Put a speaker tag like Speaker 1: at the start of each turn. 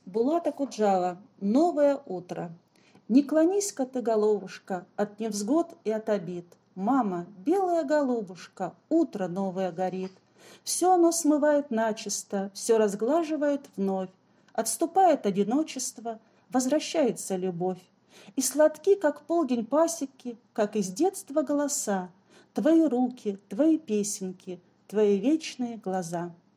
Speaker 1: Булат Акуджава. Новое утро. Не клонись-ка ты, головушка, от невзгод и от обид. Мама, белая голубушка, утро новое горит. Все оно смывает начисто, все разглаживает вновь. Отступает одиночество, возвращается любовь. И сладки, как полдень пасеки, как из детства голоса. Твои руки, твои песенки, твои вечные глаза.